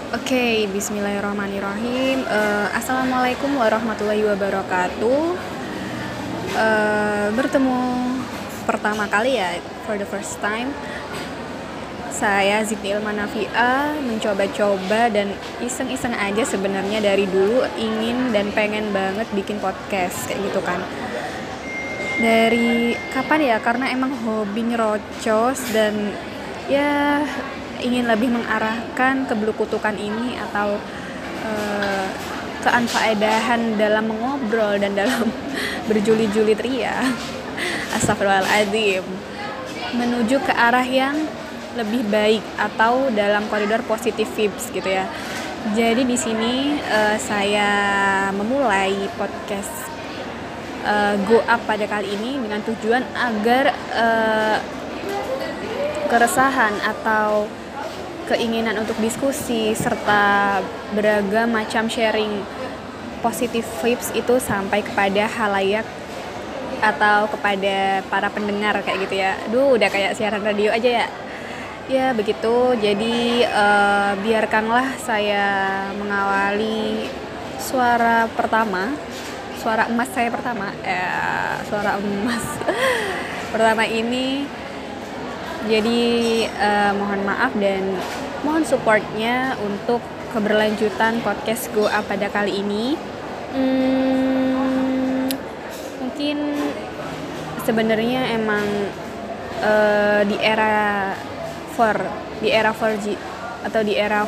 Oke, bismillahirrahmanirrahim. Assalamualaikum warahmatullahi wabarakatuh. Bertemu pertama kali ya, for the first time. Saya Zikni Ilmanafia mencoba-coba dan iseng-iseng aja sebenarnya dari dulu ingin dan pengen banget bikin podcast kayak gitu kan. Dari kapan ya? Karena emang hobi nyerocos dan ya ingin lebih mengarahkan kebelukutukan ini atau keanfaedahan dalam mengobrol dan dalam berjuli-juli ria. Astagfirullahaladzim. Menuju ke arah yang lebih baik atau dalam koridor positif vibes gitu ya. Jadi di sini saya memulai podcast Go Up pada kali ini dengan tujuan agar keresahan atau keinginan untuk diskusi serta beragam macam sharing positif vibes itu sampai kepada halayak atau kepada para pendengar kayak gitu ya. Udah kayak siaran radio aja ya. Ya begitu. Jadi biarkanlah saya mengawali suara emas saya pertama. Suara emas pertama ini. Jadi mohon maaf dan mohon supportnya untuk keberlanjutan podcast Go Up pada kali ini. Mungkin sebenarnya emang di era 4G atau di era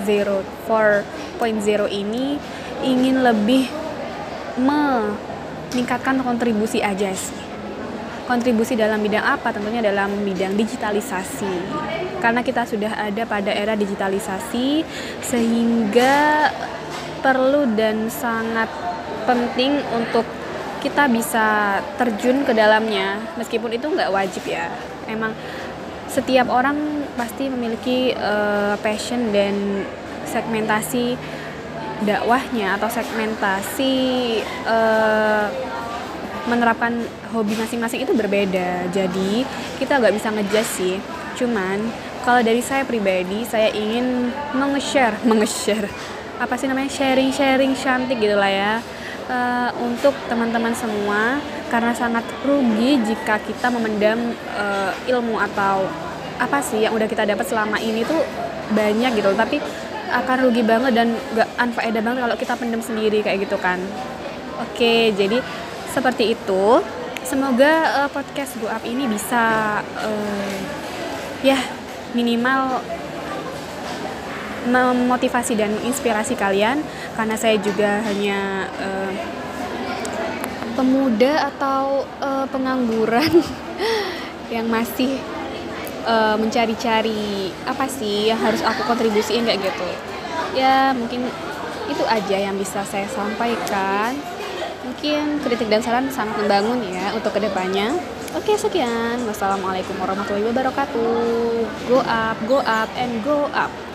4.0 ini ingin lebih meningkatkan kontribusi aja sih. Kontribusi dalam bidang apa? Tentunya dalam bidang digitalisasi. Karena kita sudah ada pada era digitalisasi, sehingga perlu dan sangat penting untuk kita bisa terjun ke dalamnya. Meskipun itu nggak wajib ya. Emang setiap orang pasti memiliki passion dan segmentasi dakwahnya atau segmentasi menerapkan hobi masing-masing itu berbeda. Jadi kita nggak bisa ngejudge sih. Cuman kalau dari saya pribadi, saya ingin menge-share apa sih namanya, sharing cantik gitulah ya, untuk teman-teman semua, karena sangat rugi jika kita memendam ilmu atau apa sih yang udah kita dapat selama ini tuh banyak gitu, tapi akan rugi banget dan nggak anfaedah banget kalau kita pendam sendiri kayak gitu kan. Oke, jadi seperti itu. Semoga podcast Go Up ini bisa ya minimal memotivasi dan menginspirasi kalian, karena saya juga hanya pemuda atau pengangguran yang masih mencari-cari apa sih yang harus aku kontribusiin kayak gitu. Ya mungkin itu aja yang bisa saya sampaikan. Mungkin kritik dan saran sangat membangun ya untuk kedepannya. Oke, sekian. Wassalamualaikum warahmatullahi wabarakatuh. Go up, and go up.